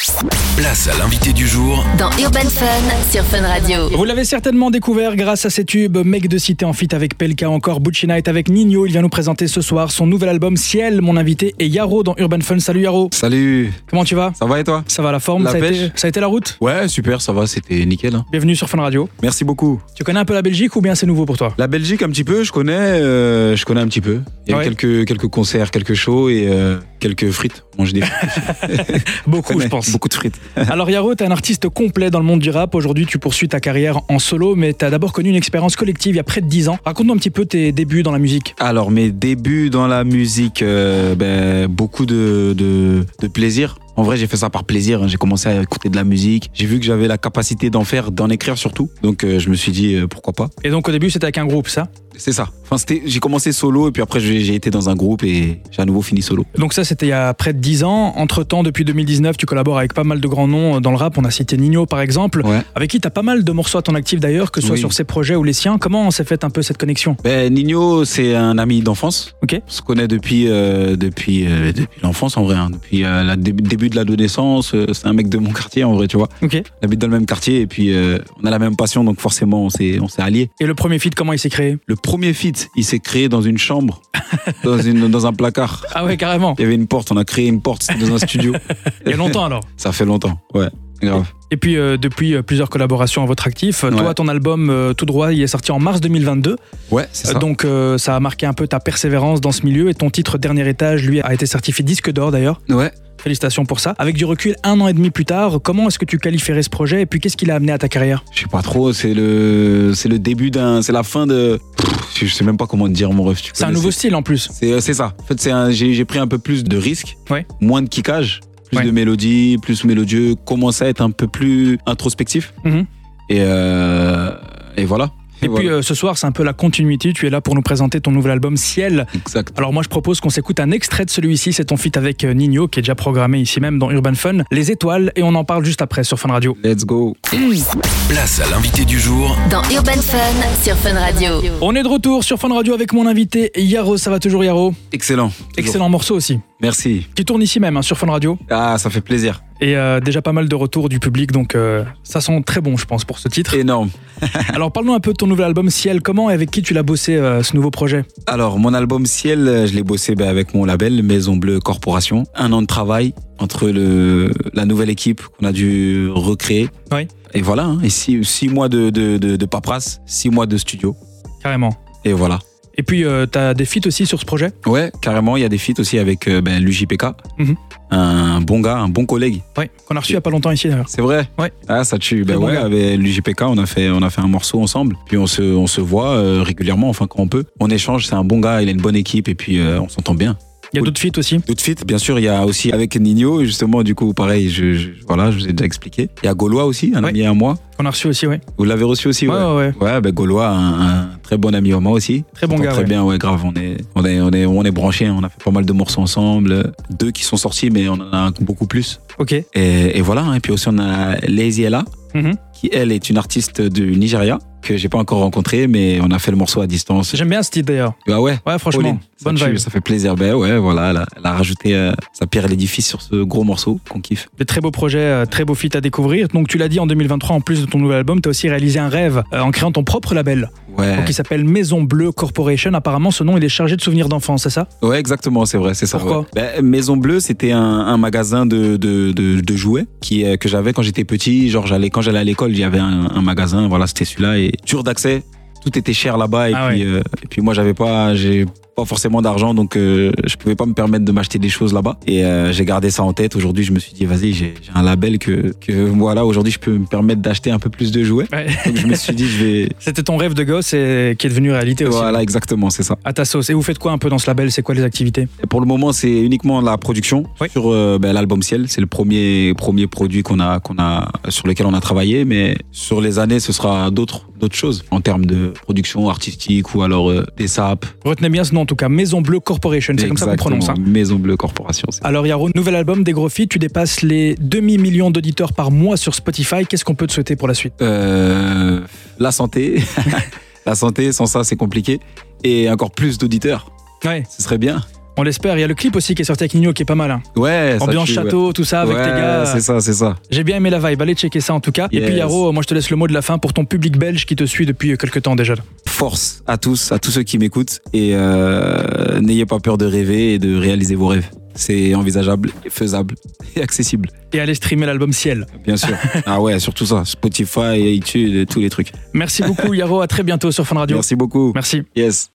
Place à l'invité du jour dans Urban Fun sur Fun Radio. Vous l'avez certainement découvert grâce à ses tubes Mec de Cité en feat avec Pelka, encore Bucci Night avec Ninho. Il vient nous présenter ce soir son nouvel album Ciel. Mon invité est Yaro dans Urban Fun. Salut Yaro. Salut. Comment tu vas? Ça va et toi? Ça va, la forme? Ça a été la route? Ouais, super, ça va, c'était nickel. Bienvenue sur Fun Radio. Merci beaucoup. Tu connais un peu la Belgique ou bien c'est nouveau pour toi? La Belgique un petit peu, je connais un petit peu. Il y a quelques concerts, quelques shows et quelques frites. Manger des frites. Beaucoup, je pense. Beaucoup de frites. Alors Yaro, t'es un artiste complet dans le monde du rap. Aujourd'hui, tu poursuis ta carrière en solo, mais t'as d'abord connu une expérience collective il y a près de 10 ans. Raconte-nous un petit peu tes débuts dans la musique. Alors, mes débuts dans la musique, beaucoup de plaisir. En vrai, j'ai fait ça par plaisir. J'ai commencé à écouter de la musique. J'ai vu que j'avais la capacité d'en écrire surtout. Donc, je me suis dit, pourquoi pas. Et donc, au début, c'était avec un groupe, ça? C'est ça. Enfin, j'ai commencé solo et puis après, j'ai été dans un groupe et j'ai à nouveau fini solo. Donc ça, c'était il y a près de 10 ans. Entre-temps, depuis 2019, tu collabores avec pas mal de grands noms dans le rap. On a cité Ninho, par exemple, avec qui tu as pas mal de morceaux à ton actif d'ailleurs, que ce soit sur ses projets ou les siens. Comment s'est fait un peu cette connexion? Ninho, c'est un ami d'enfance. Ok. On se connaît depuis l'enfance, en vrai. Depuis le début de l'adolescence. C'est un mec de mon quartier, en vrai, tu vois. Ok. On habite dans le même quartier et puis on a la même passion, donc forcément, on s'est alliés. Et le premier feat, comment il s'est créé? Le premier feat, il s'est créé dans une chambre, dans un placard. Ah ouais, carrément. Il y avait une porte, on a créé une porte dans un studio. Il y a longtemps alors? Ça fait longtemps, ouais. Grave. Et puis depuis plusieurs collaborations à votre actif, toi ton album Tout droit il est sorti en mars 2022. Ouais, c'est ça. Donc ça a marqué un peu ta persévérance dans ce milieu et ton titre Dernier étage lui a été certifié disque d'or d'ailleurs. Ouais. Félicitations pour ça. Avec du recul, 1 an et demi plus tard, comment est-ce que tu qualifierais ce projet et puis qu'est-ce qui l'a amené à ta carrière? Je sais pas trop, c'est le début c'est la fin de... Je sais même pas comment te dire mon ref. C'est un nouveau style en plus. C'est ça. En fait, j'ai pris un peu plus de risques, moins de kickage, plus de mélodie, plus mélodieux, commencer à être un peu plus introspectif. Et voilà. Et puis ce soir, c'est un peu la continuité. Tu es là pour nous présenter ton nouvel album Ciel. Exact. Alors moi, je propose qu'on s'écoute un extrait de celui-ci. C'est ton feat avec Ninho, qui est déjà programmé ici même dans Urban Fun. Les étoiles, et on en parle juste après sur Fun Radio. Let's go. Place à l'invité du jour dans Urban Fun sur Fun Radio. On est de retour sur Fun Radio avec mon invité Yaro. Ça va toujours, Yaro? Excellent. Excellent morceau aussi. Merci. Qui tourne ici même sur Fun Radio. Ah, ça fait plaisir. Et déjà pas mal de retours du public, donc ça sent très bon, je pense, pour ce titre. Énorme. Alors parle-nous un peu de ton nouvel album Ciel. Comment et avec qui tu l'as bossé ce nouveau projet? Alors mon album Ciel, je l'ai bossé avec mon label Maison Bleue Corporation. 1 an de travail entre la nouvelle équipe qu'on a dû recréer. Oui. Et voilà, et 6 mois de paperasse, 6 mois de studio. Carrément. Et voilà. Et puis, t'as des feats aussi sur ce projet? Ouais, carrément. Il y a des feats aussi avec l'UJPK, un bon gars, un bon collègue. Ouais, qu'on a reçu il y a pas longtemps ici d'ailleurs. C'est vrai? Ouais. Ah, ça tue. Avec l'UJPK, on a fait un morceau ensemble. Puis on se voit régulièrement, enfin quand on peut. On échange, c'est un bon gars, il a une bonne équipe et puis on s'entend bien. Il y a d'autres feats aussi? D'autres feats, bien sûr. Il y a aussi avec Ninho, justement, du coup, pareil, je vous ai déjà expliqué. Il y a Gaulois aussi, un ami à moi. Qu'on a reçu aussi, oui. Vous l'avez reçu aussi, ouais. Ouais, Gaulois, un très bon ami à moi aussi. Très bon gars. Très bien, ouais, grave. On est branchés, on a fait pas mal de morceaux ensemble. 2 qui sont sortis, mais on en a beaucoup plus. Ok. Et voilà. Et puis aussi, on a Lazy Ella, qui, elle, est une artiste du Nigeria, que j'ai pas encore rencontré, mais on a fait le morceau à distance. J'aime bien ce titre d'ailleurs. Ah ouais? Ouais, franchement, bonne vibe. Ça fait plaisir. Ouais, voilà, elle a rajouté sa pierre à l'édifice sur ce gros morceau qu'on kiffe. Des très beaux projets, très beaux feats à découvrir. Donc tu l'as dit, en 2023, en plus de ton nouvel album, tu as aussi réalisé un rêve en créant ton propre label. Ouais. Donc, qui s'appelle Maison Bleue Corporation. Apparemment, ce nom, il est chargé de souvenirs d'enfance, c'est ça? Ouais, exactement, c'est vrai, c'est ça. Pourquoi? Maison Bleue, c'était un magasin de jouets que j'avais quand j'étais petit. Genre, quand j'allais à l'école, il y avait un magasin, voilà, c'était celui-là, et dur d'accès. Tout était cher là-bas et puis moi j'ai pas forcément d'argent, donc je pouvais pas me permettre de m'acheter des choses là-bas, et j'ai gardé ça en tête. Aujourd'hui je me suis dit vas-y, j'ai un label que voilà, aujourd'hui je peux me permettre d'acheter un peu plus de jouets, donc je me suis dit je vais... C'était ton rêve de gosse et qui est devenu réalité aussi. Voilà, exactement, c'est ça. À ta sauce. Et vous faites quoi un peu dans ce label? C'est quoi les activités? Et pour le moment c'est uniquement la production sur l'album Ciel. C'est le premier produit sur lequel on a travaillé, mais sur les années ce sera d'autres choses en termes de production artistique ou alors des SAP. Retenez bien ce nom en tout cas, Maison Bleue Corporation, c'est comme ça qu'on prononce. Maison Bleue Corporation. Alors Yaro, nouvel album, des gros feats, tu dépasses les 2,5 millions d'auditeurs par mois sur Spotify. Qu'est-ce qu'on peut te souhaiter pour la suite? La santé. La santé, sans ça c'est compliqué. Et encore plus d'auditeurs. Ouais. Ce serait bien. On l'espère. Il y a le clip aussi qui est sorti avec Nino qui est pas mal. Hein. Ouais. Ambiance château, tout ça avec tes gars. C'est ça. J'ai bien aimé la vibe. Allez checker ça en tout cas. Yes. Et puis Yaro, moi je te laisse le mot de la fin pour ton public belge qui te suit depuis quelques temps déjà. Force à tous ceux qui m'écoutent et n'ayez pas peur de rêver et de réaliser vos rêves. C'est envisageable, faisable et accessible. Et allez streamer l'album Ciel. Bien sûr. Ah ouais, surtout ça. Spotify, iTunes, tous les trucs. Merci beaucoup Yaro, à très bientôt sur Fun Radio. Merci beaucoup. Merci. Yes.